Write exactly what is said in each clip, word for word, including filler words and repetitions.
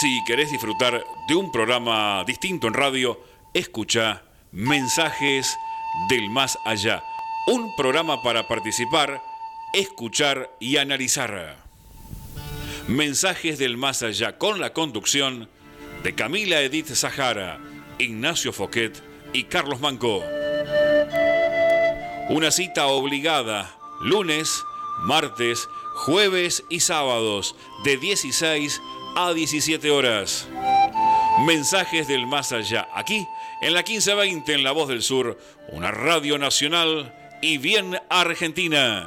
Si querés disfrutar de un programa distinto en radio, escucha Mensajes del Más Allá. Un programa para participar, escuchar y analizar. Mensajes del Más Allá, con la conducción de Camila Edith Zahara, Ignacio Foquet y Carlos Manco. Una cita obligada, lunes, martes, jueves y sábados, de dieciséis a diecisiete horas. Mensajes del Más Allá, aquí en la quince veinte en La Voz del Sur, una radio nacional y bien argentina.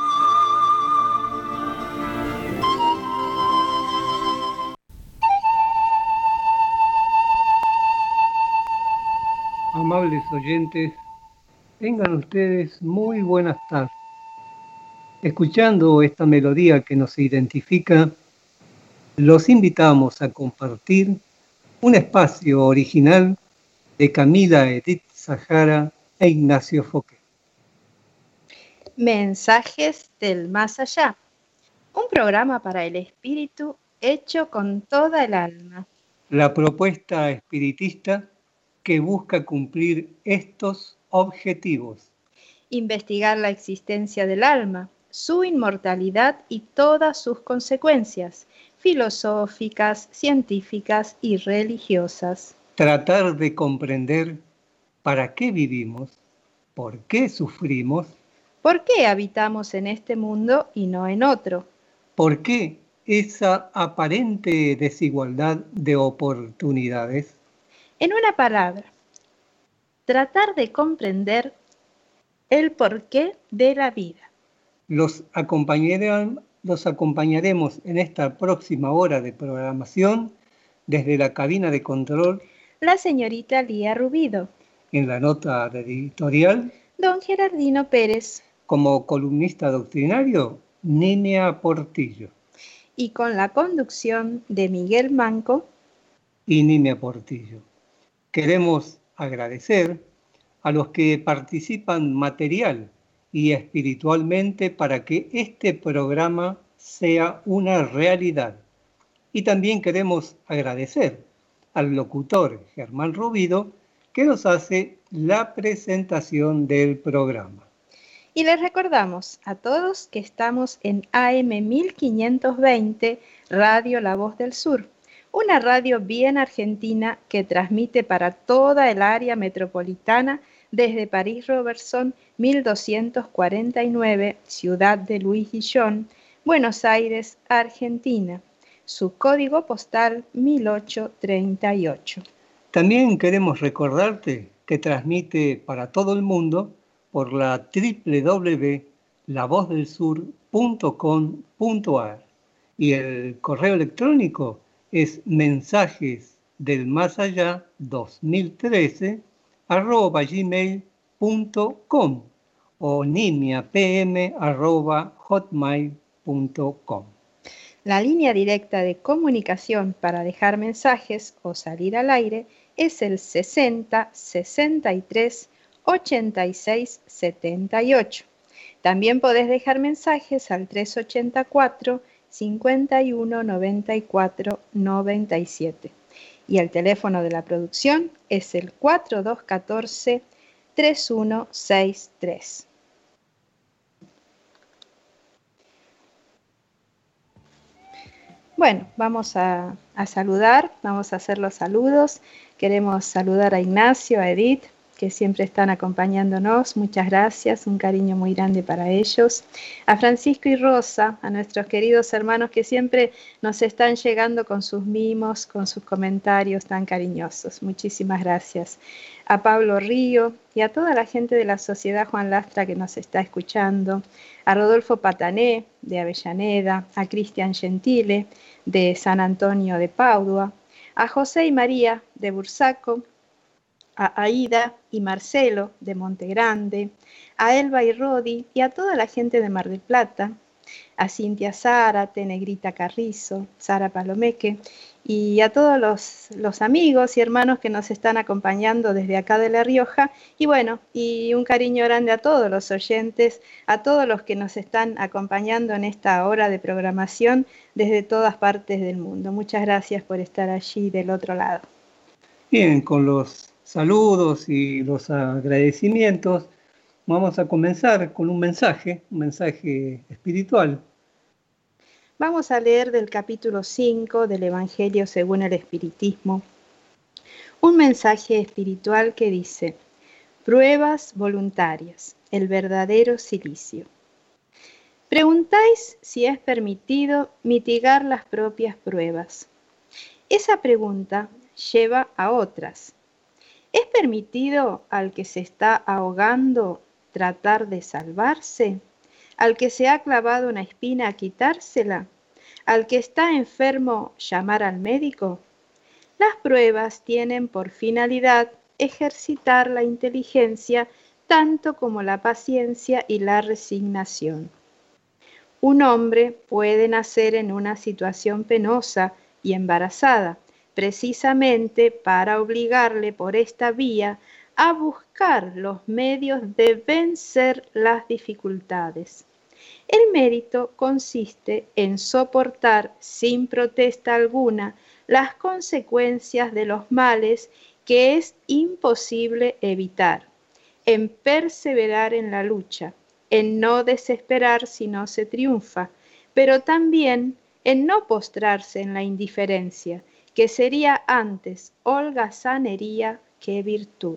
Amables oyentes, tengan ustedes muy buenas tardes. Escuchando esta melodía que nos identifica, los invitamos a compartir un espacio original de Camila Edith Zahara e Ignacio Foquet. Mensajes del Más Allá, un programa para el espíritu hecho con toda el alma. La propuesta espiritista que busca cumplir estos objetivos. Investigar la existencia del alma, su inmortalidad y todas sus consecuencias, filosóficas, científicas y religiosas. Tratar de comprender para qué vivimos, por qué sufrimos, por qué habitamos en este mundo y no en otro, por qué esa aparente desigualdad de oportunidades. En una palabra, tratar de comprender el porqué de la vida. Los acompañaremos, los acompañaremos en esta próxima hora de programación desde la cabina de control la señorita Lía Rubido. En la nota de editorial, don Gerardino Pérez. Como columnista doctrinario, Ninia Portillo. Y con la conducción de Miguel Manco y Ninia Portillo. Queremos agradecer a los que participan material y espiritualmente para que este programa sea una realidad. Y también queremos agradecer al locutor Germán Rubido, que nos hace la presentación del programa. Y les recordamos a todos que estamos en A M mil quinientos veinte, Radio La Voz del Sur, una radio bien argentina que transmite para toda el área metropolitana desde París Robertson mil doscientos cuarenta y nueve, Ciudad de Luis Guillón, Buenos Aires, Argentina. Su código postal mil ochocientos treinta y ocho. También queremos recordarte que transmite para todo el mundo por la doble u doble u doble u punto la voz del sur punto com punto a r y el correo electrónico es mensajes del más allá dos mil trece arroba gmail punto com o nimiapm arroba hotmail punto com. La línea directa de comunicación para dejar mensajes o salir al aire es el sesenta, sesenta y tres, ochenta y seis, setenta y ocho. También podés dejar mensajes al trescientos ochenta y cuatro, cincuenta y uno, noventa y cuatro, noventa y siete. Y el teléfono de la producción es el cuatro dos uno cuatro, tres uno seis tres. Bueno, vamos a, a saludar, vamos a hacer los saludos. Queremos saludar a Ignacio, a Edith, que siempre están acompañándonos. Muchas gracias, un cariño muy grande para ellos. A Francisco y Rosa, a nuestros queridos hermanos que siempre nos están llegando con sus mimos, con sus comentarios tan cariñosos. Muchísimas gracias. A Pablo Río y a toda la gente de la Sociedad Juan Lastra que nos está escuchando. A Rodolfo Patané, de Avellaneda. A Cristian Gentile, de San Antonio de Padua. A José y María, de Bursaco. A Aida y Marcelo de Monte Grande, a Elba y Rodi y a toda la gente de Mar del Plata, a Cintia Zárate, Negrita Carrizo, Sara Palomeque, y a todos los, los amigos y hermanos que nos están acompañando desde acá de La Rioja. Y bueno, y un cariño grande a todos los oyentes, a todos los que nos están acompañando en esta hora de programación desde todas partes del mundo. Muchas gracias por estar allí del otro lado. Bien, con los saludos y los agradecimientos, vamos a comenzar con un mensaje, un mensaje espiritual. Vamos a leer del capítulo cinco del Evangelio según el Espiritismo, un mensaje espiritual que dice: pruebas voluntarias, el verdadero cilicio. Preguntáis si es permitido mitigar las propias pruebas. Esa pregunta lleva a otras. ¿Es permitido al que se está ahogando tratar de salvarse? ¿Al que se ha clavado una espina a quitársela? ¿Al que está enfermo llamar al médico? Las pruebas tienen por finalidad ejercitar la inteligencia tanto como la paciencia y la resignación. Un hombre puede nacer en una situación penosa y embarazada, precisamente para obligarle por esta vía a buscar los medios de vencer las dificultades. El mérito consiste en soportar sin protesta alguna las consecuencias de los males que es imposible evitar, en perseverar en la lucha, en no desesperar si no se triunfa, pero también en no postrarse en la indiferencia, que sería antes holgazanería que virtud.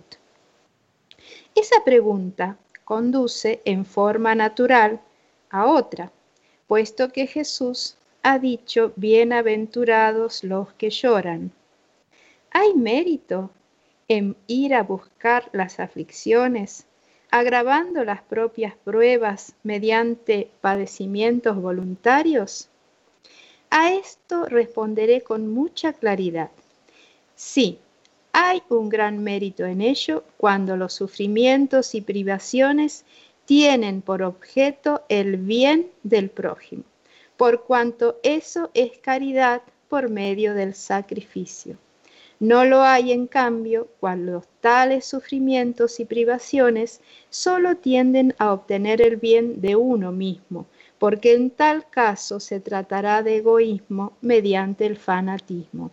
Esa pregunta conduce en forma natural a otra, puesto que Jesús ha dicho: bienaventurados los que lloran. ¿Hay mérito en ir a buscar las aflicciones, agravando las propias pruebas mediante padecimientos voluntarios? A esto responderé con mucha claridad. Sí, hay un gran mérito en ello cuando los sufrimientos y privaciones tienen por objeto el bien del prójimo, por cuanto eso es caridad por medio del sacrificio. No lo hay, en cambio, cuando tales sufrimientos y privaciones solo tienden a obtener el bien de uno mismo, porque en tal caso se tratará de egoísmo mediante el fanatismo.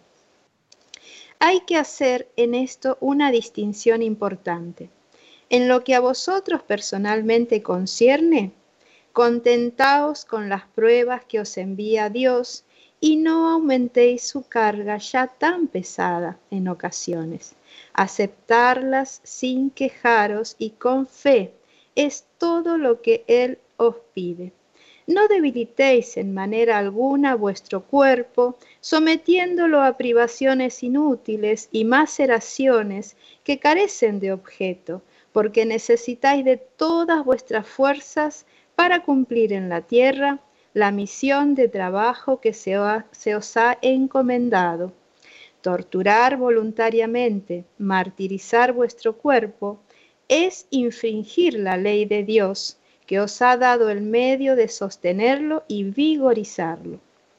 Hay que hacer en esto una distinción importante. En lo que a vosotros personalmente concierne, contentaos con las pruebas que os envía Dios y no aumentéis su carga ya tan pesada en ocasiones. Aceptarlas sin quejaros y con fe es todo lo que Él os pide. No debilitéis en manera alguna vuestro cuerpo, sometiéndolo a privaciones inútiles y maceraciones que carecen de objeto, porque necesitáis de todas vuestras fuerzas para cumplir en la tierra la misión de trabajo que se, ha, se os ha encomendado. Torturar voluntariamente, martirizar vuestro cuerpo, es infringir la ley de Dios, que os ha dado el medio de sostenerlo y vigorizarlo.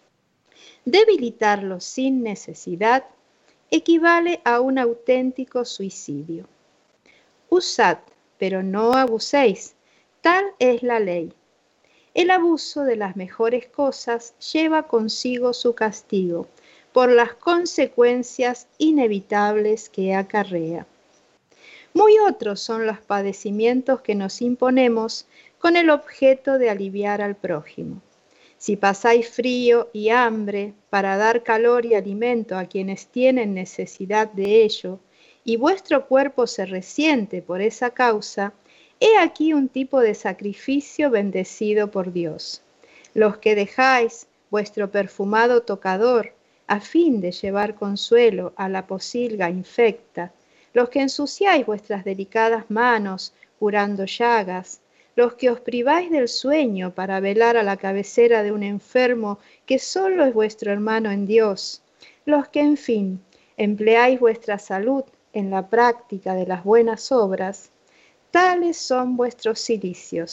Debilitarlo sin necesidad equivale a un auténtico suicidio. Usad, pero no abuséis, tal es la ley. El abuso de las mejores cosas lleva consigo su castigo, por las consecuencias inevitables que acarrea. Muy otros son los padecimientos que nos imponemos con el objeto de aliviar al prójimo. Si pasáis frío y hambre para dar calor y alimento a quienes tienen necesidad de ello, y vuestro cuerpo se resiente por esa causa, he aquí un tipo de sacrificio bendecido por Dios. Los que dejáis vuestro perfumado tocador a fin de llevar consuelo a la posilga infecta, los que ensuciáis vuestras delicadas manos curando llagas, los que os priváis del sueño para velar a la cabecera de un enfermo que solo es vuestro hermano en Dios, los que, en fin, empleáis vuestra salud en la práctica de las buenas obras, tales son vuestros cilicios,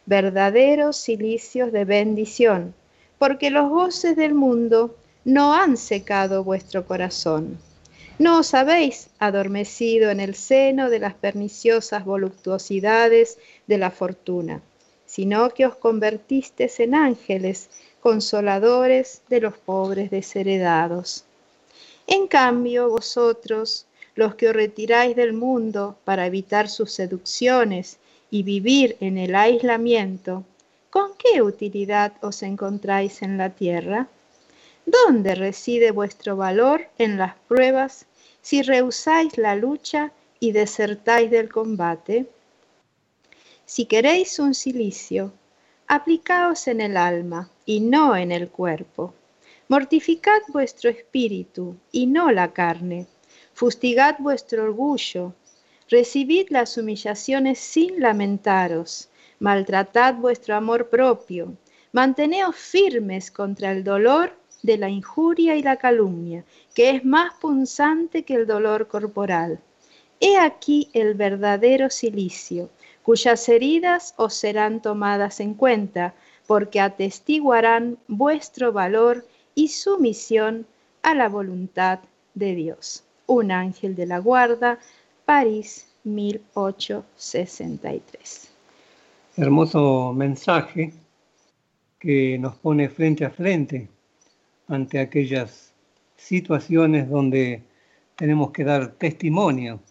verdaderos cilicios de bendición, porque los goces del mundo no han secado vuestro corazón. No os habéis adormecido en el seno de las perniciosas voluptuosidades de la fortuna, sino que os convertisteis en ángeles consoladores de los pobres desheredados. En cambio, vosotros, los que os retiráis del mundo para evitar sus seducciones y vivir en el aislamiento, ¿con qué utilidad os encontráis en la tierra? ¿Dónde reside vuestro valor en las pruebas si rehusáis la lucha y desertáis del combate? Si queréis un cilicio, aplicaos en el alma y no en el cuerpo. Mortificad vuestro espíritu y no la carne. Fustigad vuestro orgullo. Recibid las humillaciones sin lamentaros. Maltratad vuestro amor propio. Manteneos firmes contra el dolor de la injuria y la calumnia, que es más punzante que el dolor corporal. He aquí el verdadero cilicio, cuyas heridas os serán tomadas en cuenta, porque atestiguarán vuestro valor y sumisión a la voluntad de Dios. Un ángel de la guarda, París, mil ochocientos sesenta y tres. Hermoso mensaje que nos pone frente a frente ante aquellas situaciones donde tenemos que dar testimonio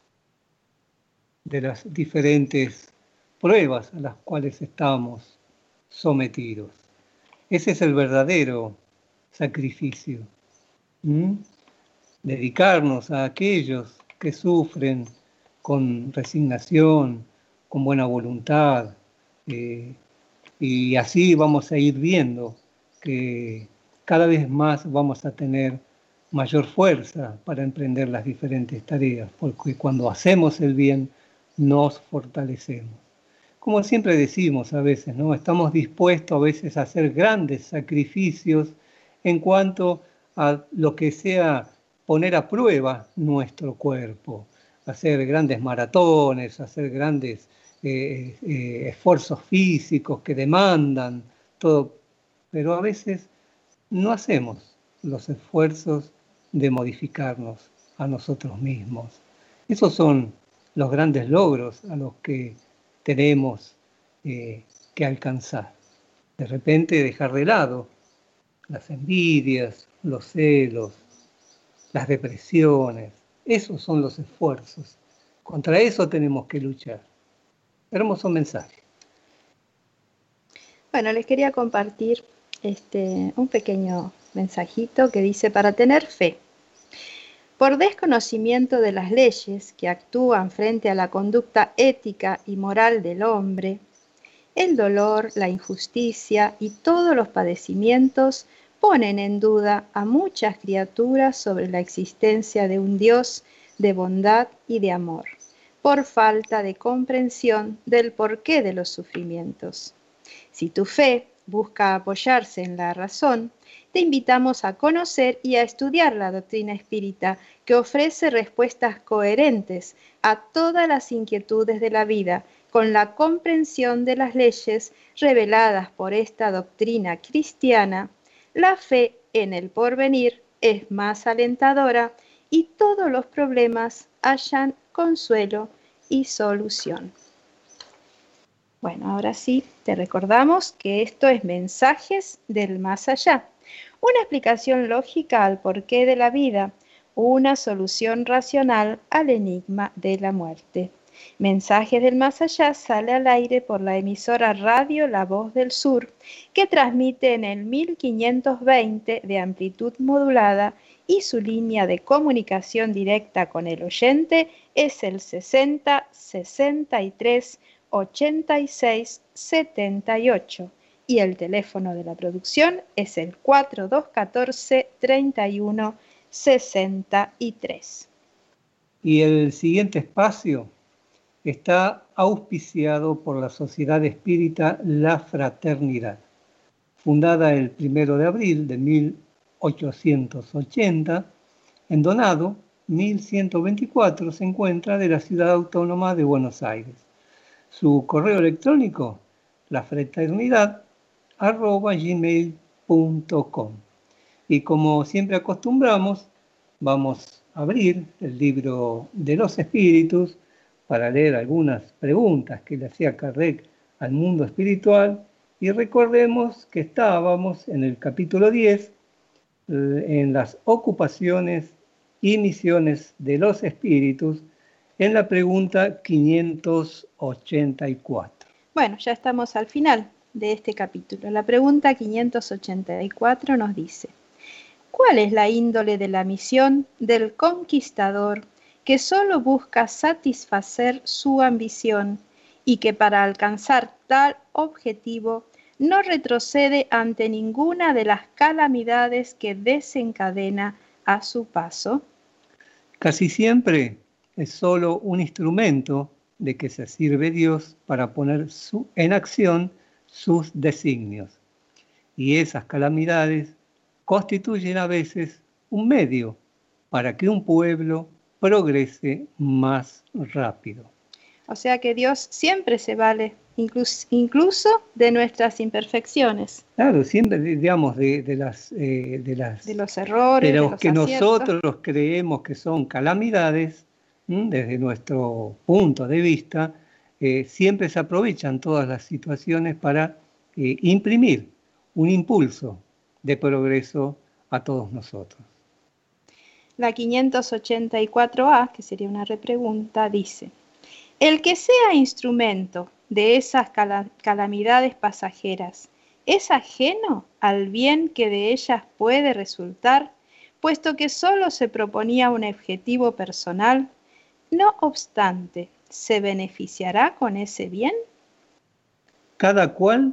de las diferentes pruebas a las cuales estamos sometidos. Ese es el verdadero sacrificio. ¿Mm? Dedicarnos a aquellos que sufren con resignación, con buena voluntad, eh, y así vamos a ir viendo que cada vez más vamos a tener mayor fuerza para emprender las diferentes tareas, porque cuando hacemos el bien nos fortalecemos. Como siempre decimos a veces, ¿no? Estamos dispuestos a veces a hacer grandes sacrificios en cuanto a lo que sea poner a prueba nuestro cuerpo, hacer grandes maratones, hacer grandes eh, eh, esfuerzos físicos que demandan todo, pero a veces no hacemos los esfuerzos de modificarnos a nosotros mismos. Esos son los grandes logros a los que tenemos eh, que alcanzar. De repente dejar de lado las envidias, los celos, las depresiones. Esos son los esfuerzos. Contra eso tenemos que luchar. Hermoso mensaje. Bueno, les quería compartir este, un pequeño mensajito que dice: para tener fe, por desconocimiento de las leyes que actúan frente a la conducta ética y moral del hombre, el dolor, la injusticia y todos los padecimientos ponen en duda a muchas criaturas sobre la existencia de un Dios de bondad y de amor, por falta de comprensión del porqué de los sufrimientos. Si tu fe busca apoyarse en la razón, te invitamos a conocer y a estudiar la doctrina espírita, que ofrece respuestas coherentes a todas las inquietudes de la vida, con la comprensión de las leyes reveladas por esta doctrina cristiana. La fe en el porvenir es más alentadora y todos los problemas hallan consuelo y solución. Bueno, ahora sí, te recordamos que esto es Mensajes del Más Allá, una explicación lógica al porqué de la vida, una solución racional al enigma de la muerte. Mensajes del Más Allá sale al aire por la emisora Radio La Voz del Sur, que transmite en el mil quinientos veinte de amplitud modulada, y su línea de comunicación directa con el oyente es el sesenta, sesenta y tres, ochenta y seis, setenta y ocho, y el teléfono de la producción es el cuatro dos uno cuatro, treinta y uno, sesenta y tres. Y el siguiente espacio está auspiciado por la Sociedad Espírita La Fraternidad, fundada el primero de abril de mil ochocientos ochenta, en Donado mil ciento veinticuatro, se encuentra de la Ciudad Autónoma de Buenos Aires. Su correo electrónico lafraternidad arroba gmail punto com. Y como siempre acostumbramos, vamos a abrir el libro de los espíritus para leer algunas preguntas que le hacía Kardec al mundo espiritual. Y recordemos que estábamos en el capítulo diez, en las ocupaciones y misiones de los espíritus, en la pregunta quinientos ochenta y cuatro. Bueno, ya estamos al final de este capítulo. La pregunta quinientos ochenta y cuatro nos dice: ¿cuál es la índole de la misión del conquistador que solo busca satisfacer su ambición y que para alcanzar tal objetivo no retrocede ante ninguna de las calamidades que desencadena a su paso? Casi siempre es solo un instrumento de que se sirve Dios para poner su, en acción sus designios. Y esas calamidades constituyen a veces un medio para que un pueblo progrese más rápido. O sea que Dios siempre se vale, incluso, incluso de nuestras imperfecciones. Claro, siempre, digamos, de, de, las, eh, de, las, de los errores, de los de los que aciertos. Nosotros creemos que son calamidades, ¿m? Desde nuestro punto de vista, eh, siempre se aprovechan todas las situaciones para eh, imprimir un impulso de progreso a todos nosotros. La quinientos ochenta y cuatro A, que sería una repregunta, dice: el que sea instrumento de esas calamidades pasajeras, ¿es ajeno al bien que de ellas puede resultar, puesto que solo se proponía un objetivo personal? No obstante, ¿se beneficiará con ese bien? Cada cual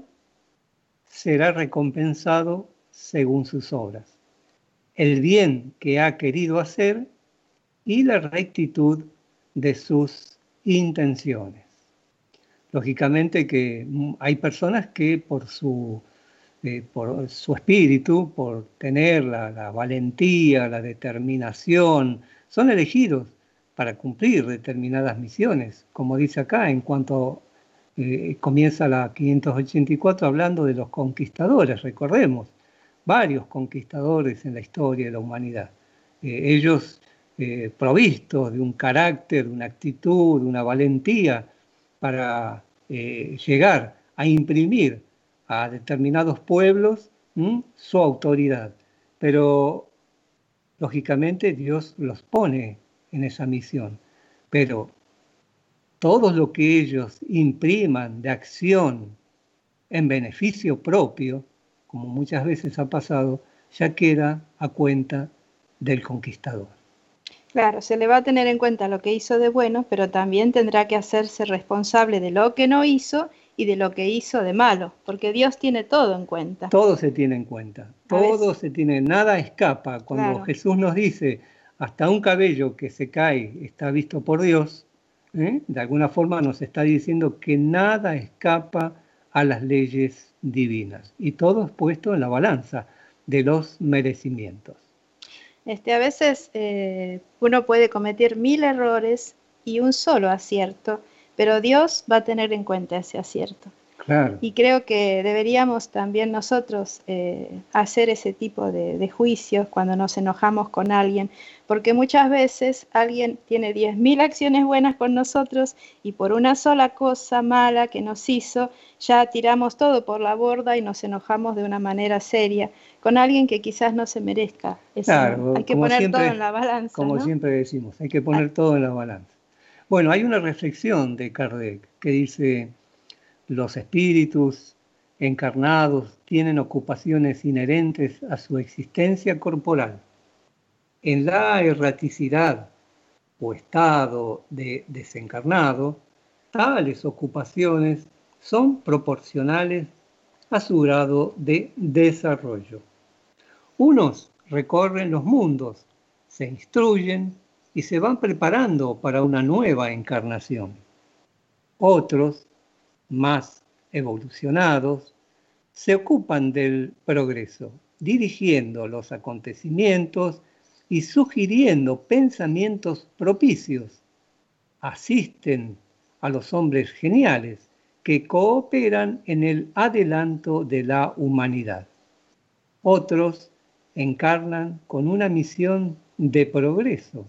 será recompensado según sus obras, el bien que ha querido hacer y la rectitud de sus intenciones. Lógicamente que hay personas que por su, eh, por su espíritu, por tener la, la valentía, la determinación, son elegidos para cumplir determinadas misiones. Como dice acá, en cuanto eh, comienza la quinientos ochenta y cuatro hablando de los conquistadores, recordemos, varios conquistadores en la historia de la humanidad. Eh, ellos eh, provistos de un carácter, de una actitud, de una valentía para eh, llegar a imprimir a determinados pueblos ¿m? su autoridad. Pero, lógicamente, Dios los pone en esa misión. Pero todo lo que ellos impriman de acción en beneficio propio, como muchas veces ha pasado, ya queda a cuenta del conquistador. Claro, se le va a tener en cuenta lo que hizo de bueno, pero también tendrá que hacerse responsable de lo que no hizo y de lo que hizo de malo, porque Dios tiene todo en cuenta. Todo se tiene en cuenta, todo se tiene, nada escapa. Cuando claro. Jesús nos dice, hasta un cabello que se cae está visto por Dios, ¿eh? De alguna forma nos está diciendo que nada escapa a las leyes divinas y todo es puesto en la balanza de los merecimientos. Este, a veces eh, uno puede cometer mil errores y un solo acierto, pero Dios va a tener en cuenta ese acierto. Claro. Y creo que deberíamos también nosotros eh, hacer ese tipo de, de juicios cuando nos enojamos con alguien, porque muchas veces alguien tiene diez mil acciones buenas con nosotros y por una sola cosa mala que nos hizo, ya tiramos todo por la borda y nos enojamos de una manera seria con alguien que quizás no se merezca. Eso, claro, ¿no? Hay que poner siempre, todo en la balanza. Como ¿no? siempre decimos, hay que poner hay... todo en la balanza. Bueno, hay una reflexión de Kardec que dice: los espíritus encarnados tienen ocupaciones inherentes a su existencia corporal. En la erraticidad o estado de desencarnado, tales ocupaciones son proporcionales a su grado de desarrollo. Unos recorren los mundos, se instruyen y se van preparando para una nueva encarnación. Otros, más evolucionados, se ocupan del progreso, dirigiendo los acontecimientos y sugiriendo pensamientos propicios. Asisten a los hombres geniales que cooperan en el adelanto de la humanidad. Otros encarnan con una misión de progreso.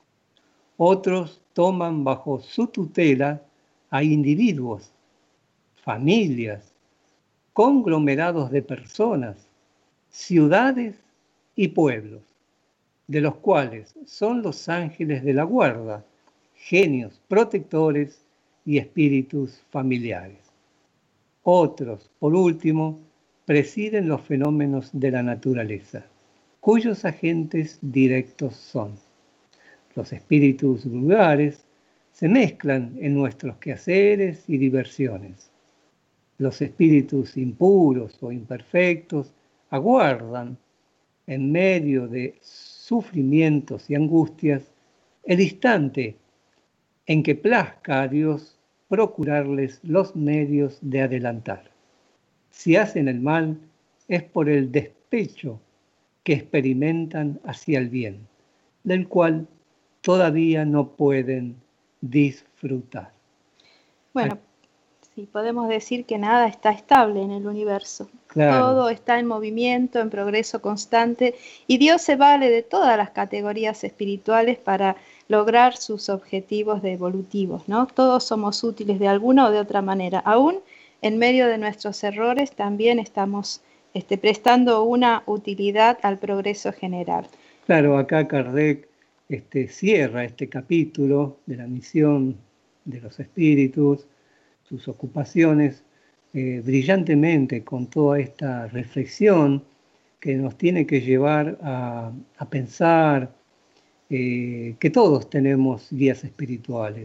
Otros toman bajo su tutela a individuos, familias, conglomerados de personas, ciudades y pueblos, de los cuales son los ángeles de la guarda, genios protectores y espíritus familiares. Otros, por último, presiden los fenómenos de la naturaleza, cuyos agentes directos son. Los espíritus vulgares se mezclan en nuestros quehaceres y diversiones. Los espíritus impuros o imperfectos aguardan, en medio de sufrimientos y angustias, el instante en que plazca a Dios procurarles los medios de adelantar. Si hacen el mal, es por el despecho que experimentan hacia el bien, del cual todavía no pueden disfrutar. Bueno, sí, podemos decir que nada está estable en el universo. Claro. Todo está en movimiento, en progreso constante, y Dios se vale de todas las categorías espirituales para lograr sus objetivos de evolutivos, ¿no? Todos somos útiles de alguna o de otra manera. Aún en medio de nuestros errores también estamos este, prestando una utilidad al progreso general. Claro, acá Kardec este, cierra este capítulo de la misión de los espíritus, sus ocupaciones, eh, brillantemente con toda esta reflexión que nos tiene que llevar a, a pensar eh, que todos tenemos guías espirituales.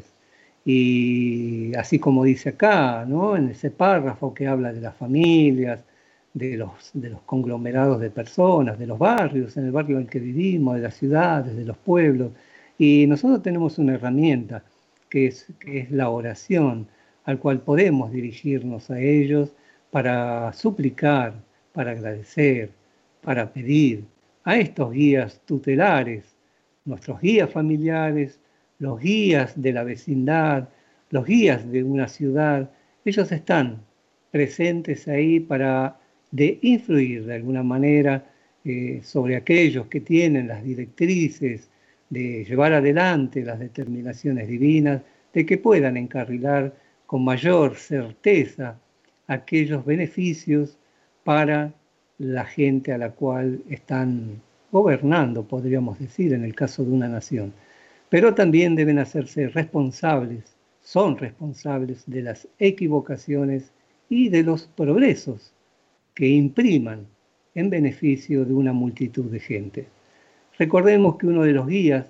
Y así como dice acá, ¿no?, en ese párrafo que habla de las familias, de los, de los conglomerados de personas, de los barrios, en el barrio en el que vivimos, de las ciudades, de los pueblos. Y nosotros tenemos una herramienta que es, que es la oración, al cual podemos dirigirnos a ellos para suplicar, para agradecer, para pedir a estos guías tutelares, nuestros guías familiares, los guías de la vecindad, los guías de una ciudad. Ellos están presentes ahí para de influir de alguna manera eh, sobre aquellos que tienen las directrices de llevar adelante las determinaciones divinas, de que puedan encarrilar con mayor certeza aquellos beneficios para la gente a la cual están gobernando, podríamos decir, en el caso de una nación. Pero también deben hacerse responsables, son responsables de las equivocaciones y de los progresos que impriman en beneficio de una multitud de gente. Recordemos que uno de los guías,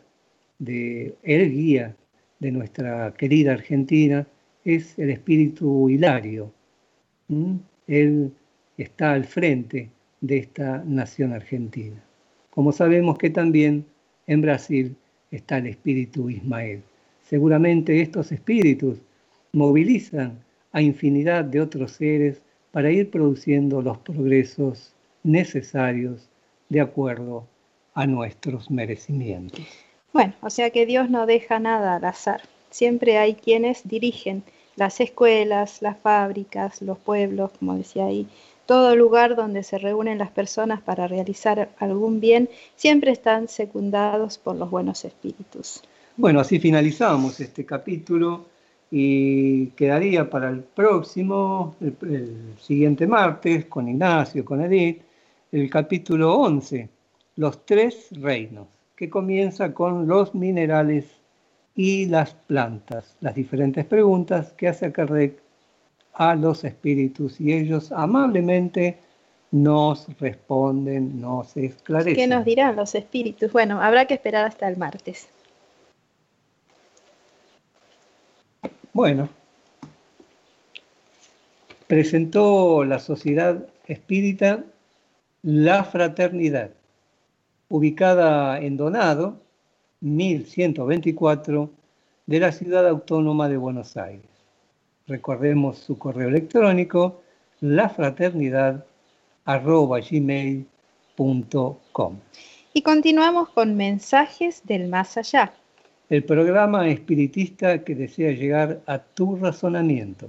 de, el guía de nuestra querida Argentina, es el espíritu Hilario. ¿Mm? Él está al frente de esta nación argentina. Como sabemos que también en Brasil está el espíritu Ismael. Seguramente estos espíritus movilizan a infinidad de otros seres para ir produciendo los progresos necesarios de acuerdo a nuestros merecimientos. Bueno, o sea que Dios no deja nada al azar. Siempre hay quienes dirigen las escuelas, las fábricas, los pueblos, como decía ahí, todo lugar donde se reúnen las personas para realizar algún bien, siempre están secundados por los buenos espíritus. Bueno, así finalizamos este capítulo y quedaría para el próximo, el, el siguiente martes, con Ignacio, con Edith, el capítulo once, los tres reinos, que comienza con los minerales y las plantas, las diferentes preguntas que hace Kardec a los espíritus y ellos amablemente nos responden, nos esclarecen. ¿Qué nos dirán los espíritus? Bueno, habrá que esperar hasta el martes. Bueno, presentó la Sociedad Espírita La Fraternidad, ubicada en Donado, mil ciento veinticuatro, de la Ciudad Autónoma de Buenos Aires. Recordemos su correo electrónico, lafraternidad arroba gmail punto com. Y continuamos con Mensajes del Más Allá. El programa espiritista que desea llegar a tu razonamiento.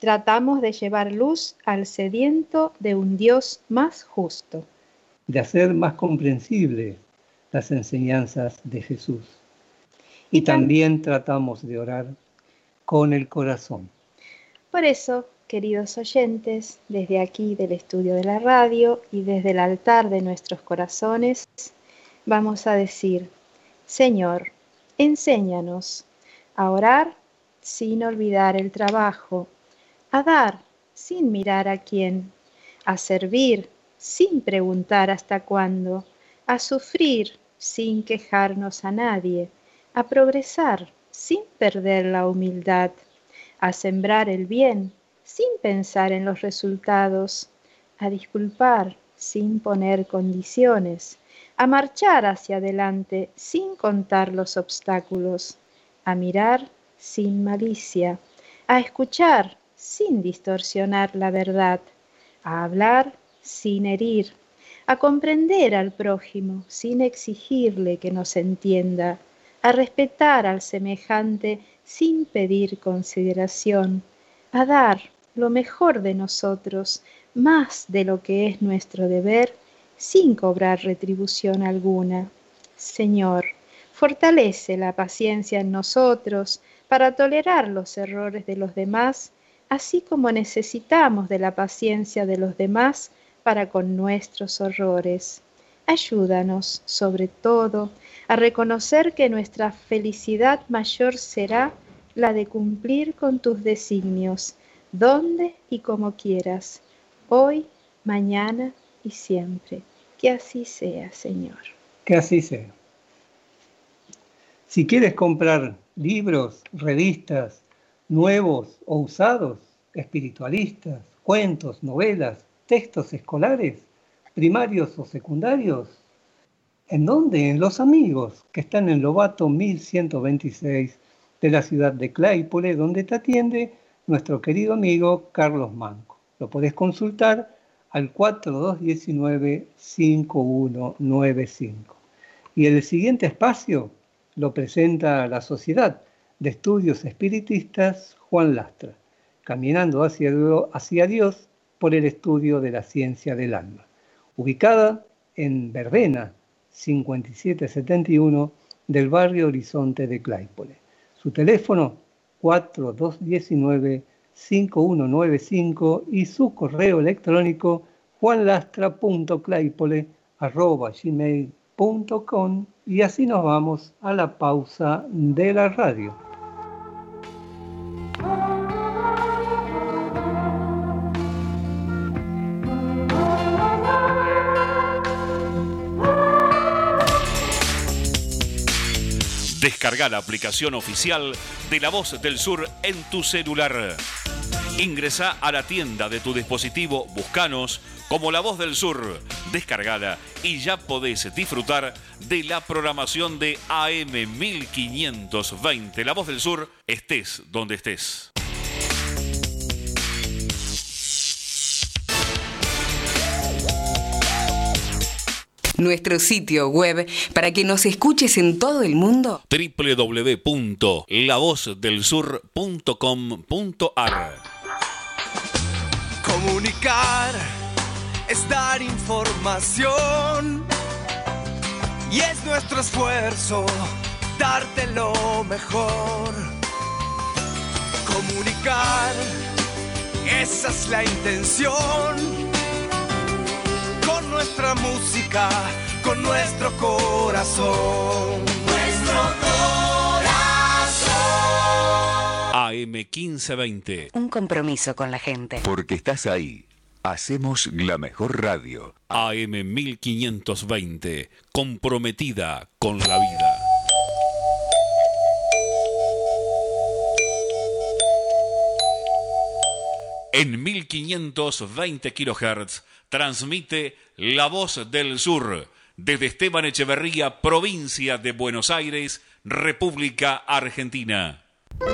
tratamos de llevar luz al sediento de un Dios más justo. De hacer más comprensibles las enseñanzas de Jesús. Y también tratamos de orar con el corazón. Por eso, queridos oyentes, desde aquí del estudio de la radio y desde el altar de nuestros corazones, vamos a decir: Señor, enséñanos a orar sin olvidar el trabajo, a dar sin mirar a quién, a servir sin preguntar hasta cuándo, a sufrir sin quejarnos a nadie, a progresar sin perder la humildad, a sembrar el bien sin pensar en los resultados, a disculpar sin poner condiciones, a marchar hacia adelante sin contar los obstáculos, a mirar sin malicia, a escuchar sin distorsionar la verdad, a hablar sin herir, a comprender al prójimo sin exigirle que nos entienda, a respetar al semejante sin pedir consideración, a dar lo mejor de nosotros, más de lo que es nuestro deber, sin cobrar retribución alguna. Señor, fortalece la paciencia en nosotros para tolerar los errores de los demás, así como necesitamos de la paciencia de los demás para con nuestros horrores. Ayúdanos, sobre todo, a reconocer que nuestra felicidad mayor será la de cumplir con tus designios, donde y como quieras, hoy, mañana y siempre. Que así sea, Señor. Que así sea. Si quieres comprar libros, revistas, nuevos o usados, espiritualistas, cuentos, novelas, textos escolares, primarios o secundarios, ¿en dónde? En Los Amigos, que están en Lobato mil ciento veintiséis de la ciudad de Claypole, donde te atiende nuestro querido amigo Carlos Manco. Lo podés consultar al cuatro dos uno nueve, cinco uno nueve cinco. Y el siguiente espacio lo presenta la Sociedad de Estudios Espiritistas Juan Lastra, caminando hacia, hacia Dios por el estudio de la ciencia del alma, ubicada en Verbena cincuenta y siete setenta y uno del barrio Horizonte de Claypole. Su teléfono cuatro dos uno nueve, cinco uno nueve cinco y su correo electrónico juanlastra punto claypole arroba gmail punto com. Y así nos vamos a la pausa de la radio. Descarga la aplicación oficial de La Voz del Sur en tu celular. Ingresa a la tienda de tu dispositivo, buscanos como La Voz del Sur, descargala y ya podés disfrutar de la programación de A M mil quinientos veinte. La Voz del Sur, estés donde estés. Nuestro sitio web para que nos escuches en todo el mundo: doble u doble u doble u punto la voz del sur punto com punto a r. Comunicar es dar información y es nuestro esfuerzo darte lo mejor. Comunicar, esa es la intención. Con nuestra música, con nuestro corazón. Nuestro corazón. A M quince veinte. Un compromiso con la gente. Porque estás ahí. Hacemos la mejor radio. A M mil quinientos veinte. Comprometida con la vida. En mil quinientos veinte kilohertz transmite La Voz del Sur desde Esteban Echeverría, provincia de Buenos Aires, República Argentina.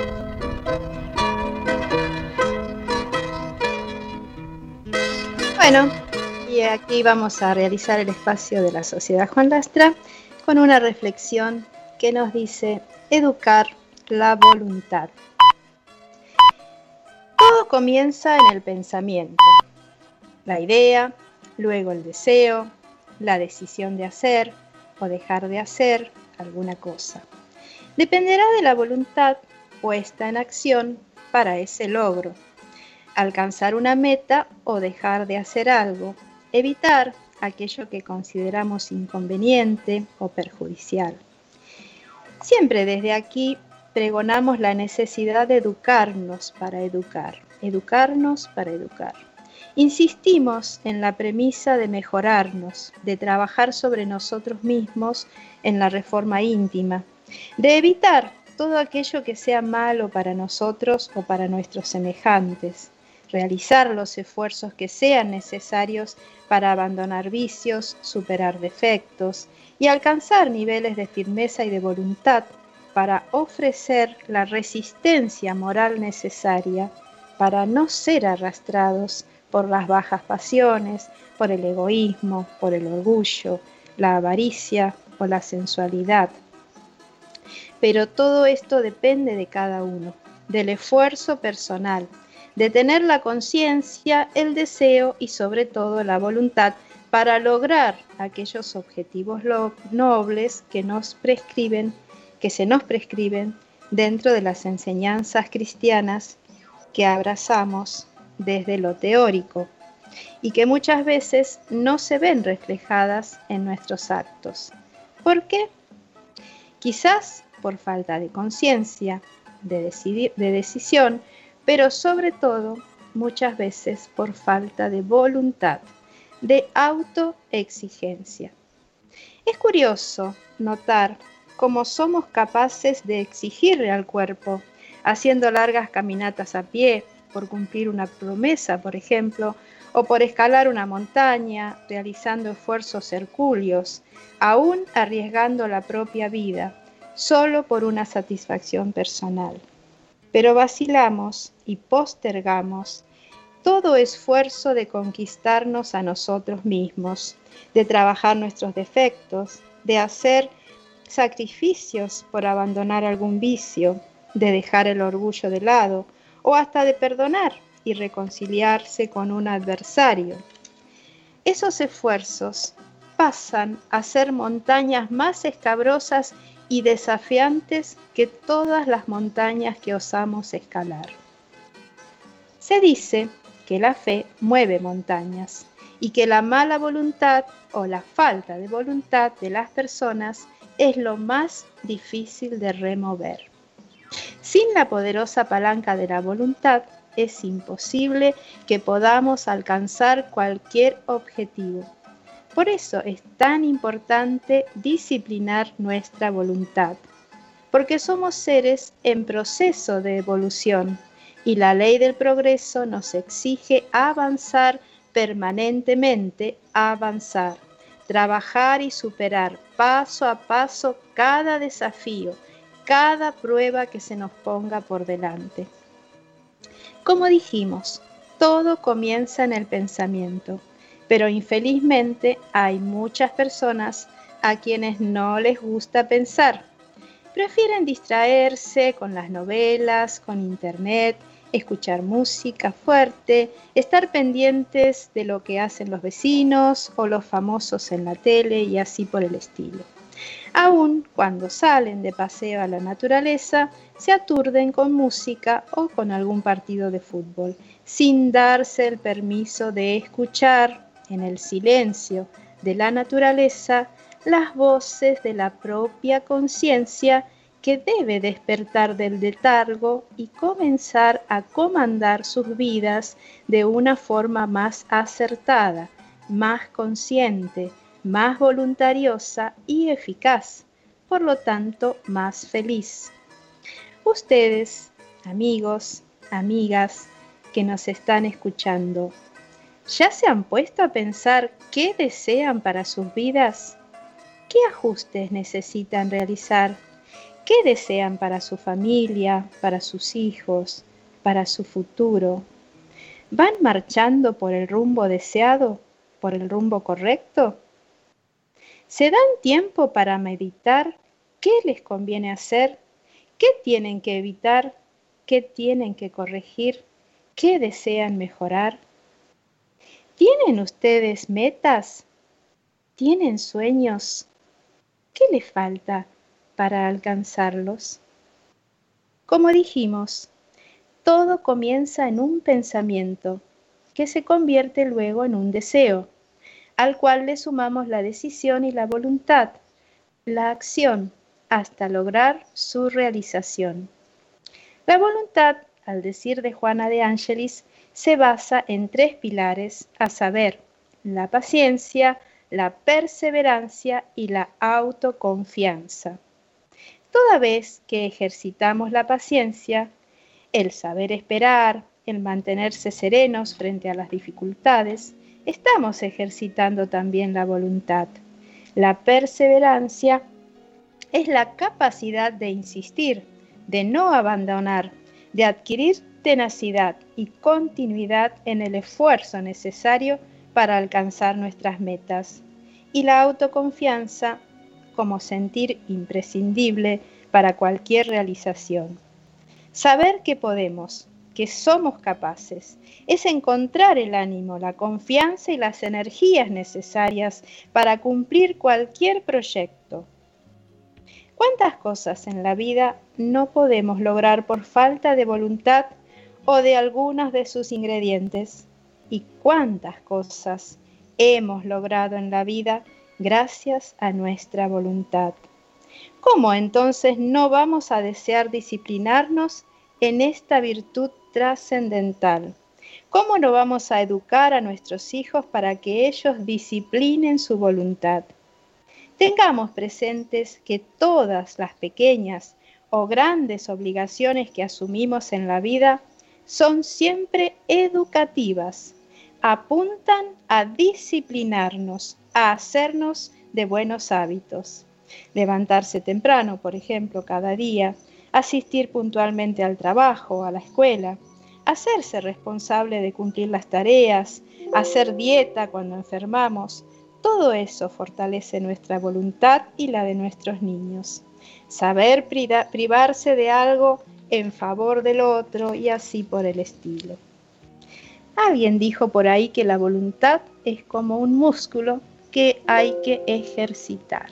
Bueno, y aquí vamos a realizar el espacio de la Sociedad Juan Lastra con una reflexión que nos dice: educar la voluntad. Todos Todo comienza en el pensamiento. La idea, luego el deseo, la decisión de hacer o dejar de hacer alguna cosa. Dependerá de la voluntad puesta en acción para ese logro. Alcanzar una meta o dejar de hacer algo. Evitar aquello que consideramos inconveniente o perjudicial. Siempre desde aquí pregonamos la necesidad de educarnos para educar, educarnos para educar. Insistimos en la premisa de mejorarnos, de trabajar sobre nosotros mismos en la reforma íntima, de evitar todo aquello que sea malo para nosotros o para nuestros semejantes, realizar los esfuerzos que sean necesarios para abandonar vicios, superar defectos y alcanzar niveles de firmeza y de voluntad para ofrecer la resistencia moral necesaria para no ser arrastrados por las bajas pasiones, por el egoísmo, por el orgullo, la avaricia o la sensualidad. Pero todo esto depende de cada uno, del esfuerzo personal, de tener la conciencia, el deseo y sobre todo la voluntad para lograr aquellos objetivos nobles que nos prescriben, que se nos prescriben dentro de las enseñanzas cristianas que abrazamos desde lo teórico y que muchas veces no se ven reflejadas en nuestros actos. ¿Por qué? Quizás por falta de conciencia, de, decidi- de decisión, pero sobre todo muchas veces por falta de voluntad, de autoexigencia. Es curioso notar cómo somos capaces de exigirle al cuerpo, haciendo largas caminatas a pie, por cumplir una promesa, por ejemplo, o por escalar una montaña, realizando esfuerzos hercúleos, aún arriesgando la propia vida, solo por una satisfacción personal. Pero vacilamos y postergamos todo esfuerzo de conquistarnos a nosotros mismos, de trabajar nuestros defectos, de hacer sacrificios por abandonar algún vicio, de dejar el orgullo de lado o hasta de perdonar y reconciliarse con un adversario. Esos esfuerzos pasan a ser montañas más escabrosas y desafiantes que todas las montañas que osamos escalar. Se dice que la fe mueve montañas y que la mala voluntad o la falta de voluntad de las personas es lo más difícil de remover. Sin la poderosa palanca de la voluntad es imposible que podamos alcanzar cualquier objetivo. Por eso es tan importante disciplinar nuestra voluntad, porque somos seres en proceso de evolución y la ley del progreso nos exige avanzar permanentemente, avanzar, trabajar y superar paso a paso cada desafío, cada prueba que se nos ponga por delante. Como dijimos, todo comienza en el pensamiento, pero infelizmente hay muchas personas a quienes no les gusta pensar. Prefieren distraerse con las novelas, con internet, escuchar música fuerte, estar pendientes de lo que hacen los vecinos o los famosos en la tele y así por el estilo. Aún cuando salen de paseo a la naturaleza, se aturden con música o con algún partido de fútbol, sin darse el permiso de escuchar en el silencio de la naturaleza las voces de la propia conciencia que debe despertar del letargo y comenzar a comandar sus vidas de una forma más acertada, más consciente, más voluntariosa y eficaz, por lo tanto más feliz. Ustedes, amigos, amigas que nos están escuchando, ¿ya se han puesto a pensar qué desean para sus vidas? ¿Qué ajustes necesitan realizar? ¿Qué desean para su familia, para sus hijos, para su futuro? ¿Van marchando por el rumbo deseado, por el rumbo correcto? ¿Se dan tiempo para meditar qué les conviene hacer, qué tienen que evitar, qué tienen que corregir, ¿Qué desean mejorar? ¿Tienen ustedes metas? ¿Tienen sueños? ¿Qué les falta para alcanzarlos? Como dijimos, todo comienza en un pensamiento que se convierte luego en un deseo, al cual le sumamos la decisión y la voluntad, la acción, hasta lograr su realización. La voluntad, al decir de Juana de Ángelis, se basa en tres pilares, a saber, la paciencia, la perseverancia y la autoconfianza. Toda vez que ejercitamos la paciencia, el saber esperar, el mantenerse serenos frente a las dificultades, estamos ejercitando también la voluntad. La perseverancia es la capacidad de insistir, de no abandonar, de adquirir tenacidad y continuidad en el esfuerzo necesario para alcanzar nuestras metas. Y la autoconfianza como sentir imprescindible para cualquier realización. Saber que podemos, que somos capaces, es encontrar el ánimo, la confianza y las energías necesarias para cumplir cualquier proyecto. ¿Cuántas cosas en la vida no podemos lograr por falta de voluntad o de algunos de sus ingredientes? ¿Y cuántas cosas hemos logrado en la vida gracias a nuestra voluntad? ¿Cómo entonces no vamos a desear disciplinarnos en esta virtud trascendental? ¿Cómo no vamos a educar a nuestros hijos para que ellos disciplinen su voluntad? Tengamos presentes que todas las pequeñas o grandes obligaciones que asumimos en la vida son siempre educativas, apuntan a disciplinarnos, a hacernos de buenos hábitos. Levantarse temprano, por ejemplo, cada día, asistir puntualmente al trabajo, a la escuela, hacerse responsable de cumplir las tareas, hacer dieta cuando enfermamos. Todo eso fortalece nuestra voluntad y la de nuestros niños. Saber privarse de algo en favor del otro y así por el estilo. Alguien dijo por ahí que la voluntad es como un músculo que hay que ejercitar.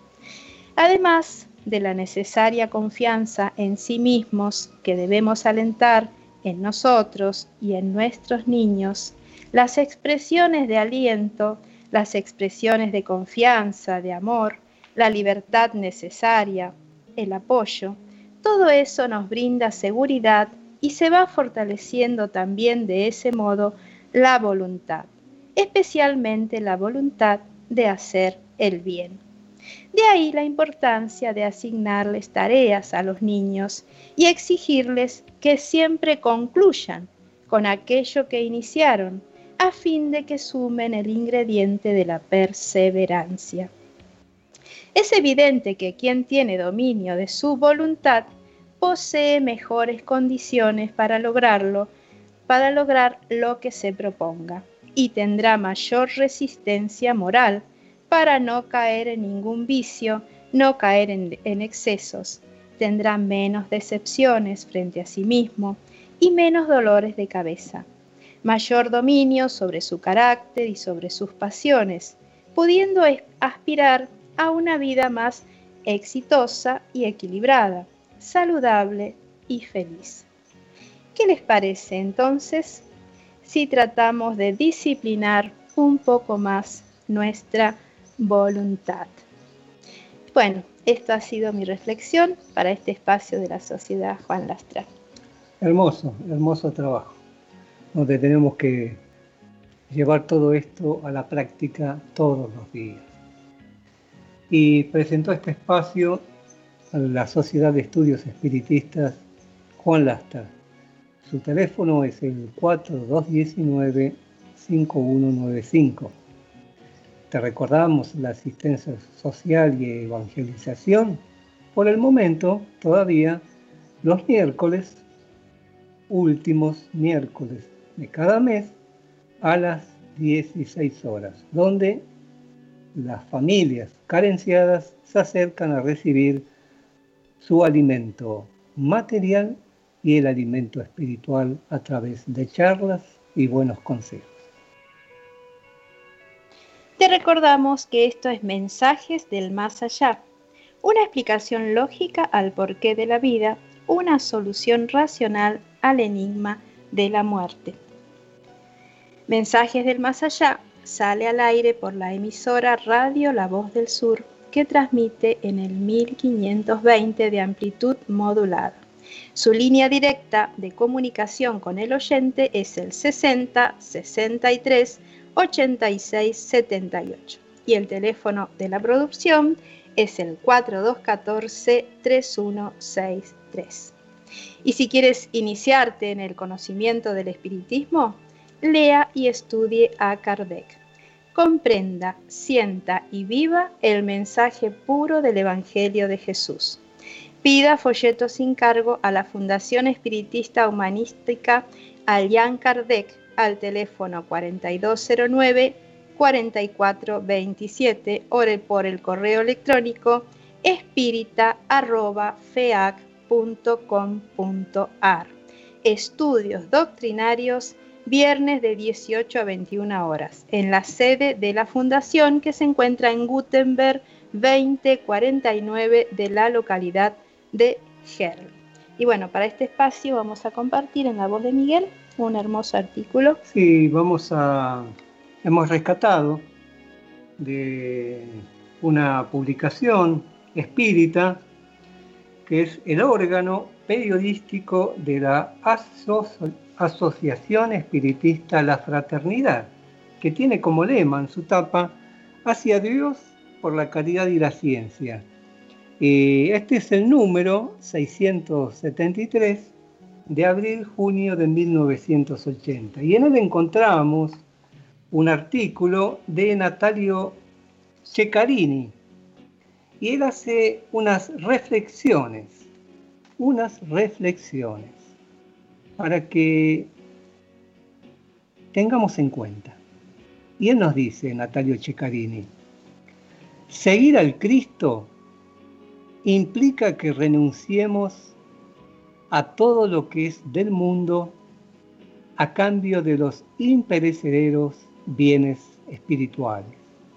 Además de la necesaria confianza en sí mismos que debemos alentar en nosotros y en nuestros niños, las expresiones de aliento, las expresiones de confianza, de amor, la libertad necesaria, el apoyo, todo eso nos brinda seguridad y se va fortaleciendo también de ese modo la voluntad, especialmente la voluntad de hacer el bien. De ahí la importancia de asignarles tareas a los niños y exigirles que siempre concluyan con aquello que iniciaron, a fin de que sumen el ingrediente de la perseverancia. Es evidente que quien tiene dominio de su voluntad posee mejores condiciones para lograrlo, para lograr lo que se proponga, y tendrá mayor resistencia moral para no caer en ningún vicio, no caer en, en excesos. Tendrá menos decepciones frente a sí mismo y menos dolores de cabeza. Mayor dominio sobre su carácter y sobre sus pasiones, pudiendo aspirar a una vida más exitosa y equilibrada, saludable y feliz. ¿Qué les parece entonces si tratamos de disciplinar un poco más nuestra voluntad? Bueno, esto ha sido mi reflexión para este espacio de la Sociedad Juan Lastra. Hermoso, hermoso trabajo, donde tenemos que llevar todo esto a la práctica todos los días. Y presentó este espacio a la Sociedad de Estudios Espiritistas Juan Lastra. Su teléfono es el cuatro dos uno nueve, cinco uno nueve cinco. Te recordamos la asistencia social y evangelización. Por el momento, todavía, los miércoles, últimos miércoles de cada mes, a las dieciséis horas, donde las familias carenciadas se acercan a recibir su alimento material y el alimento espiritual a través de charlas y buenos consejos. Te recordamos que esto es Mensajes del Más Allá, una explicación lógica al porqué de la vida, una solución racional al enigma de la muerte. Mensajes del Más Allá sale al aire por la emisora Radio La Voz del Sur, que transmite en el mil quinientos veinte de amplitud modulada. Su línea directa de comunicación con el oyente es el sesenta, sesenta y tres, ochenta y seis, setenta y ocho y el teléfono de la producción es el cuatro dos uno cuatro, tres uno seis tres. Y si quieres iniciarte en el conocimiento del espiritismo, lea y estudie a Kardec. Comprenda, sienta y viva el mensaje puro del Evangelio de Jesús. Pida folletos sin cargo a la Fundación Espiritista Humanística Allan Kardec al teléfono cuarenta y dos cero nueve, cuarenta y cuatro veintisiete o por el correo electrónico espírita arroba feac punto com punto ar. Estudios doctrinarios, viernes de dieciocho a veintiuna horas, en la sede de la Fundación que se encuentra en Gutenberg veinte cuarenta y nueve de la localidad de Gerl. Y bueno, para este espacio vamos a compartir en la voz de Miguel un hermoso artículo. Sí, vamos a... hemos rescatado de una publicación espírita que es el órgano periodístico de la aso- Asociación Espiritista La Fraternidad, que tiene como lema en su tapa Hacia Dios por la caridad y la ciencia. Y este es el número seiscientos setenta y tres de abril-junio de mil novecientos ochenta. Y en él encontramos un artículo de Natalio Ceccarini. Y él hace unas reflexiones, unas reflexiones, para que tengamos en cuenta. Y él nos dice, Natalio Ceccarini, seguir al Cristo implica que renunciemos a todo lo que es del mundo a cambio de los imperecederos bienes espirituales.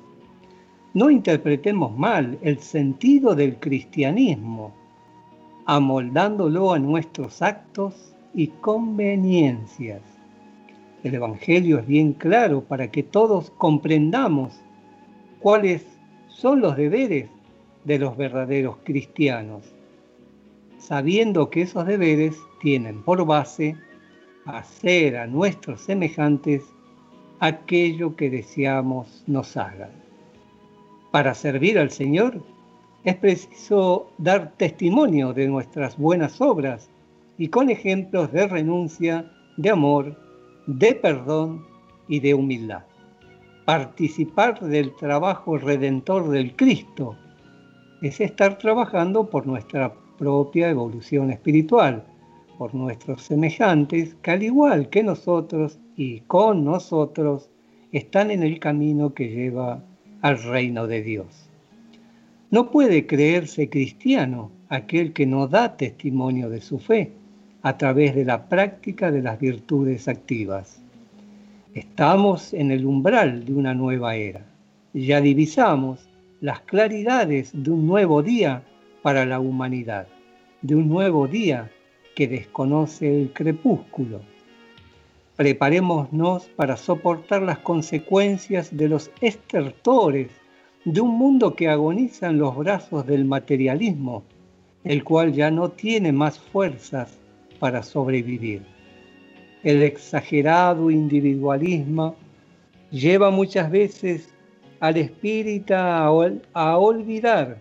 No interpretemos mal el sentido del cristianismo, amoldándolo a nuestros actos y conveniencias. El Evangelio es bien claro para que todos comprendamos cuáles son los deberes de los verdaderos cristianos, sabiendo que esos deberes tienen por base hacer a nuestros semejantes aquello que deseamos nos hagan. Para servir al Señor es preciso dar testimonio de nuestras buenas obras y con ejemplos de renuncia, de amor, de perdón y de humildad. Participar del trabajo redentor del Cristo es estar trabajando por nuestra propia evolución espiritual, por nuestros semejantes que al igual que nosotros y con nosotros están en el camino que lleva al reino de Dios. No puede creerse cristiano aquel que no da testimonio de su fe a través de la práctica de las virtudes activas. Estamos en el umbral de una nueva era. Ya divisamos las claridades de un nuevo día para la humanidad, de un nuevo día que desconoce el crepúsculo. Preparémonos para soportar las consecuencias de los estertores de un mundo que agoniza en los brazos del materialismo, el cual ya no tiene más fuerzas para sobrevivir. El exagerado individualismo lleva muchas veces al espírita a, ol- a olvidar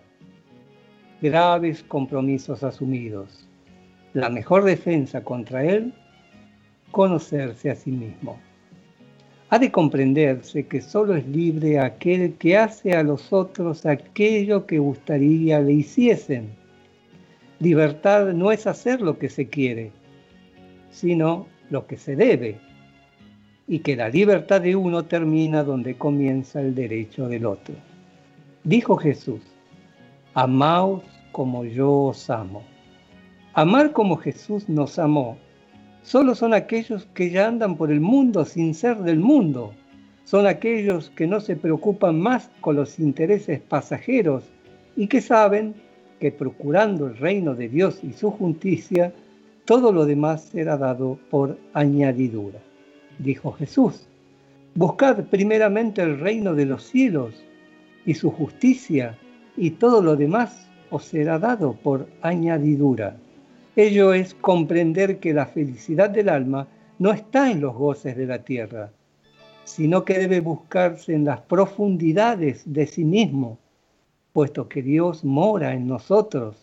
graves compromisos asumidos. La mejor defensa contra él, conocerse a sí mismo. Ha de comprenderse que solo es libre aquel que hace a los otros aquello que gustaría le hiciesen. Libertad no es hacer lo que se quiere, sino lo que se debe, y que la libertad de uno termina donde comienza el derecho del otro. Dijo Jesús, amaos como yo os amo. Amar como Jesús nos amó. Solo son aquellos que ya andan por el mundo sin ser del mundo. Son aquellos que no se preocupan más con los intereses pasajeros y que saben que procurando el reino de Dios y su justicia, todo lo demás será dado por añadidura. Dijo Jesús: buscad primeramente el reino de los cielos y su justicia, y todo lo demás os será dado por añadidura. Ello es comprender que la felicidad del alma no está en los goces de la tierra, sino que debe buscarse en las profundidades de sí mismo, puesto que Dios mora en nosotros.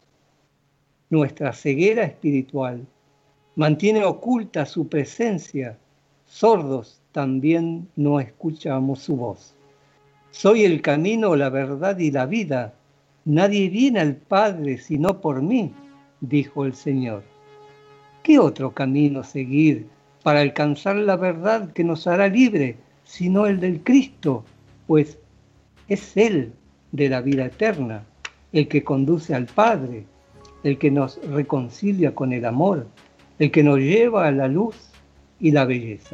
Nuestra ceguera espiritual mantiene oculta su presencia. Sordos también no escuchamos su voz. Soy el camino, la verdad y la vida. Nadie viene al Padre sino por mí, dijo el Señor. ¿Qué otro camino seguir para alcanzar la verdad que nos hará libre, sino el del Cristo? Pues es Él de la vida eterna, el que conduce al Padre, el que nos reconcilia con el amor, el que nos lleva a la luz y la belleza.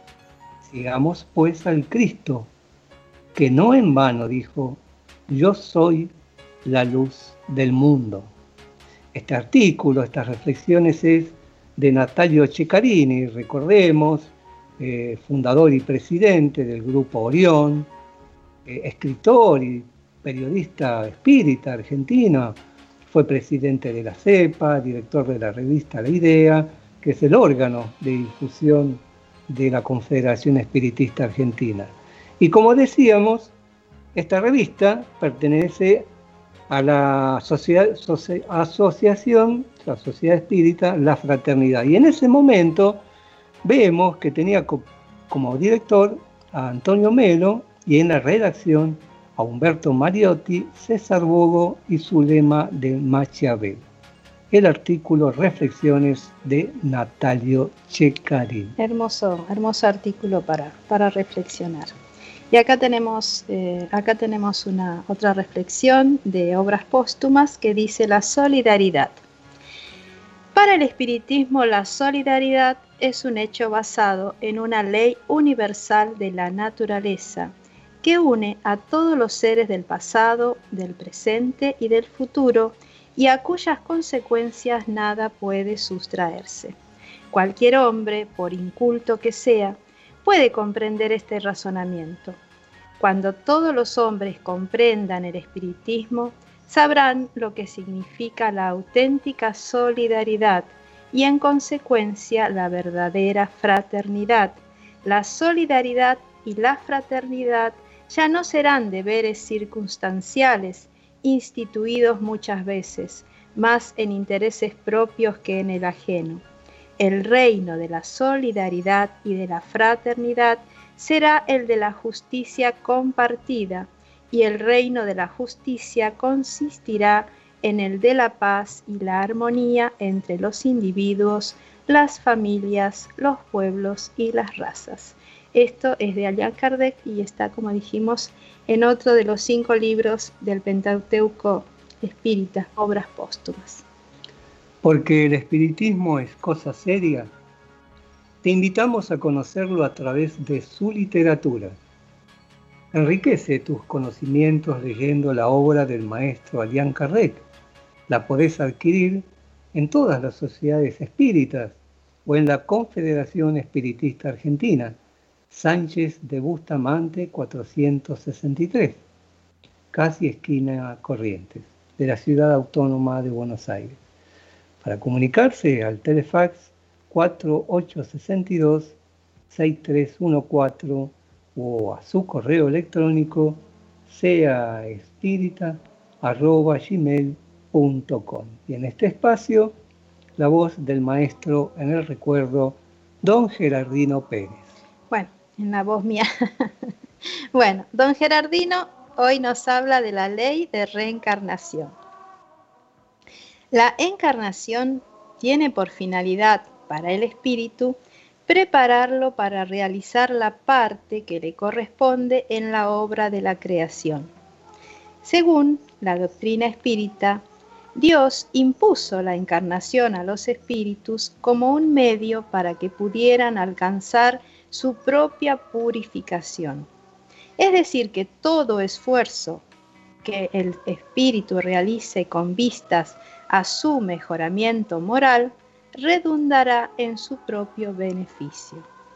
Sigamos pues al Cristo, que no en vano dijo: yo soy la luz del mundo. Este artículo, estas reflexiones es de Natalio Ceccarini, recordemos, eh, fundador y presidente del Grupo Orión, eh, escritor y periodista espírita argentino. Fue presidente de la CEPA, director de la revista La Idea, que es el órgano de difusión de la Confederación Espiritista Argentina. Y como decíamos, esta revista pertenece a la sociedad, soci, asociación, la Sociedad Espírita, La Fraternidad. Y en ese momento vemos que tenía co, como director a Antonio Melo y en la redacción a Humberto Mariotti, César Bogo y Zulema de Machiavel. El artículo Reflexiones de Natalio Ceccarini. Hermoso, hermoso artículo para, para reflexionar. Y acá tenemos, eh, acá tenemos una otra reflexión de Obras Póstumas que dice: la solidaridad. Para el espiritismo, la solidaridad es un hecho basado en una ley universal de la naturaleza que une a todos los seres del pasado, del presente y del futuro, y a cuyas consecuencias nada puede sustraerse. Cualquier hombre, por inculto que sea, puede comprender este razonamiento. Cuando todos los hombres comprendan el espiritismo, sabrán lo que significa la auténtica solidaridad y, en consecuencia, la verdadera fraternidad. La solidaridad y la fraternidad ya no serán deberes circunstanciales, instituidos muchas veces, más en intereses propios que en el ajeno. El reino de la solidaridad y de la fraternidad será el de la justicia compartida, y el reino de la justicia consistirá en el de la paz y la armonía entre los individuos, las familias, los pueblos y las razas. Esto es de Allan Kardec y está, como dijimos, en otro de los cinco libros del Pentateuco Espírita, Obras Póstumas. Porque el espiritismo es cosa seria, te invitamos a conocerlo a través de su literatura. Enriquece tus conocimientos leyendo la obra del maestro Allan Kardec. La podés adquirir en todas las sociedades espíritas o en la Confederación Espiritista Argentina, Sánchez de Bustamante cuatrocientos sesenta y tres, casi esquina Corrientes, de la Ciudad Autónoma de Buenos Aires. Para comunicarse al telefax cuatro ocho seis dos, seis tres uno cuatro o a su correo electrónico seaespírita arroba gmail punto com. Y en este espacio, la voz del maestro en el recuerdo, don Gerardino Pérez. Bueno, en la voz mía. Bueno, don Gerardino hoy nos habla de la ley de reencarnación. La encarnación tiene por finalidad para el espíritu prepararlo para realizar la parte que le corresponde en la obra de la creación. Según la doctrina espírita, Dios impuso la encarnación a los espíritus como un medio para que pudieran alcanzar su propia purificación. Es decir, que todo esfuerzo que el espíritu realice con vistas a su mejoramiento moral redundará en su propio beneficio.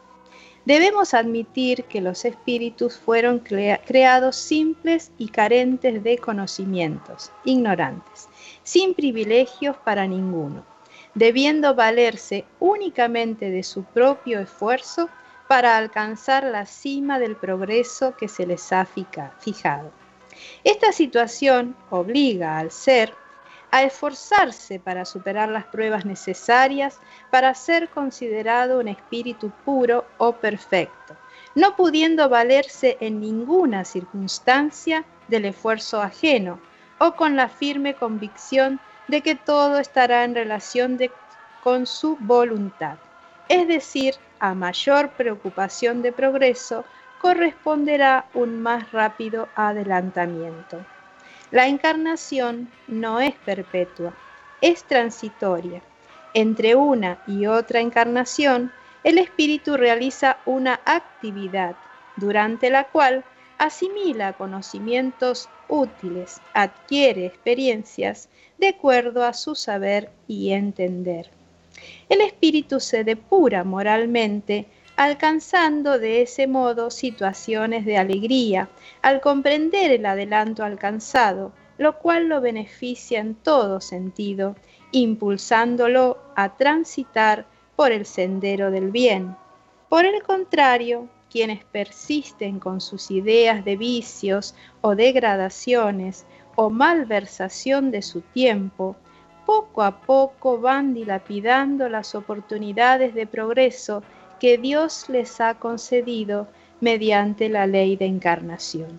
Debemos admitir que los espíritus fueron crea- creados simples y carentes de conocimientos, ignorantes, sin privilegios para ninguno, debiendo valerse únicamente de su propio esfuerzo para alcanzar la cima del progreso que se les ha fijado. Esta situación obliga al ser a esforzarse para superar las pruebas necesarias para ser considerado un espíritu puro o perfecto, no pudiendo valerse en ninguna circunstancia del esfuerzo ajeno o con la firme convicción de que todo estará en relación de, con su voluntad. Es decir, a mayor preocupación de progreso corresponderá un más rápido adelantamiento. La encarnación no es perpetua, es transitoria. Entre una y otra encarnación, el espíritu realiza una actividad durante la cual asimila conocimientos útiles, adquiere experiencias de acuerdo a su saber y entender. El espíritu se depura moralmente, alcanzando de ese modo situaciones de alegría al comprender el adelanto alcanzado, lo cual lo beneficia en todo sentido, impulsándolo a transitar por el sendero del bien. Por el contrario, quienes persisten con sus ideas de vicios o degradaciones o malversación de su tiempo, poco a poco van dilapidando las oportunidades de progreso que Dios les ha concedido mediante la ley de encarnación.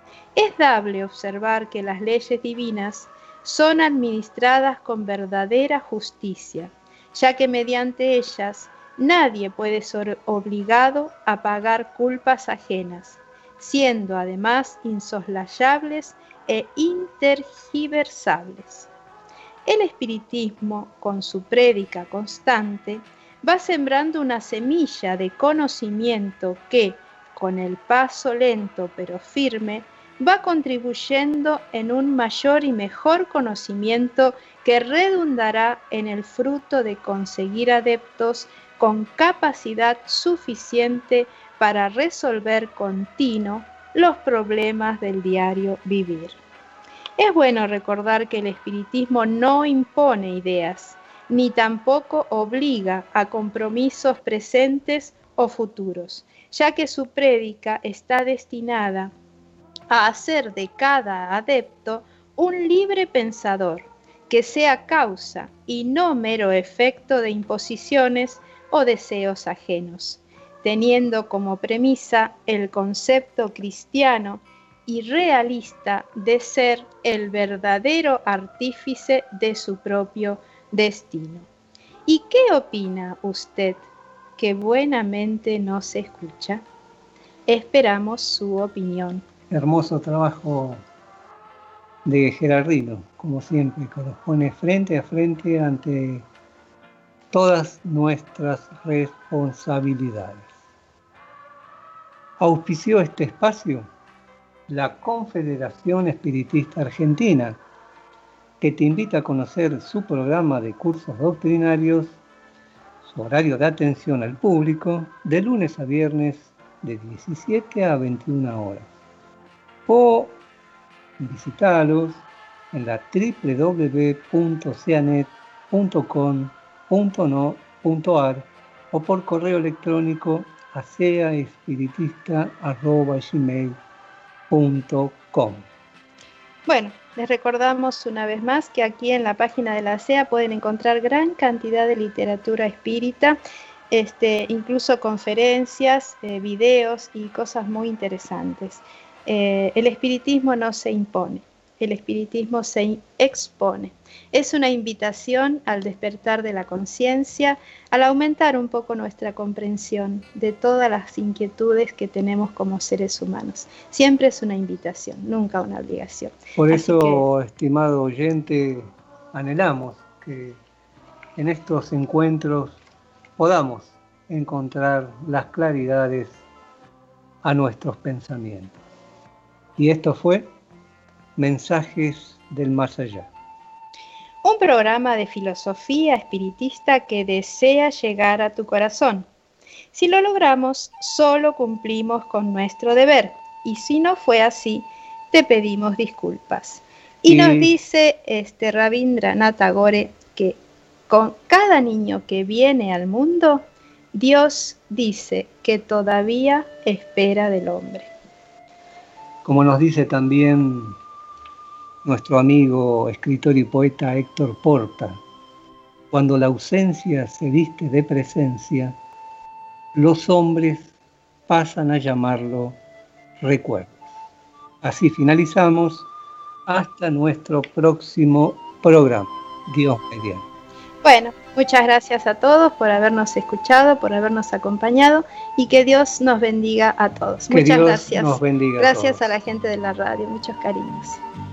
Es dable observar que las leyes divinas son administradas con verdadera justicia, ya que mediante ellas nadie puede ser obligado a pagar culpas ajenas, siendo además insoslayables e intergiversables. El espiritismo, con su prédica constante, va sembrando una semilla de conocimiento que, con el paso lento pero firme, va contribuyendo en un mayor y mejor conocimiento que redundará en el fruto de conseguir adeptos con capacidad suficiente para resolver continuo los problemas del diario vivir. Es bueno recordar que el espiritismo no impone ideas, ni tampoco obliga a compromisos presentes o futuros, ya que su prédica está destinada a hacer de cada adepto un libre pensador, que sea causa y no mero efecto de imposiciones o deseos ajenos, teniendo como premisa el concepto cristiano y realista de ser el verdadero artífice de su propio destino. ¿Y qué opina usted que buenamente nos escucha? Esperamos su opinión. Hermoso trabajo de Gerardino, como siempre, que nos pone frente a frente ante todas nuestras responsabilidades. Auspició este espacio la Confederación Espiritista Argentina, que te invita a conocer su programa de cursos doctrinarios, su horario de atención al público, de lunes a viernes de diecisiete a veintiuna horas. O visitalos en la doble u doble u doble u punto ceanet punto com punto no punto ar o por correo electrónico a ceaespiritista arroba gmail punto com. Bueno, les recordamos una vez más que aquí en la página de la C E A pueden encontrar gran cantidad de literatura espírita, este, incluso conferencias, eh, videos y cosas muy interesantes. Eh, el espiritismo no se impone, el espiritismo se expone. Es una invitación al despertar de la conciencia, al aumentar un poco nuestra comprensión de todas las inquietudes que tenemos como seres humanos. Siempre es una invitación, nunca una obligación. Por Así eso, que, estimado oyente, anhelamos que en estos encuentros podamos encontrar las claridades a nuestros pensamientos. Y esto fue Mensajes del Más Allá. Un programa de filosofía espiritista que desea llegar a tu corazón. Si lo logramos, solo cumplimos con nuestro deber. Y si no fue así, te pedimos disculpas. Y, y nos dice este Rabindranath Tagore que con cada niño que viene al mundo, Dios dice que todavía espera del hombre. Como nos dice también nuestro amigo, escritor y poeta Héctor Porta, cuando la ausencia se viste de presencia, los hombres pasan a llamarlo recuerdos. Así finalizamos hasta nuestro próximo programa. Dios mediante. Bueno, muchas gracias a todos por habernos escuchado, por habernos acompañado y que Dios nos bendiga a todos. Que muchas Dios gracias. Nos bendiga gracias a, todos. a la gente de la radio, muchos cariños.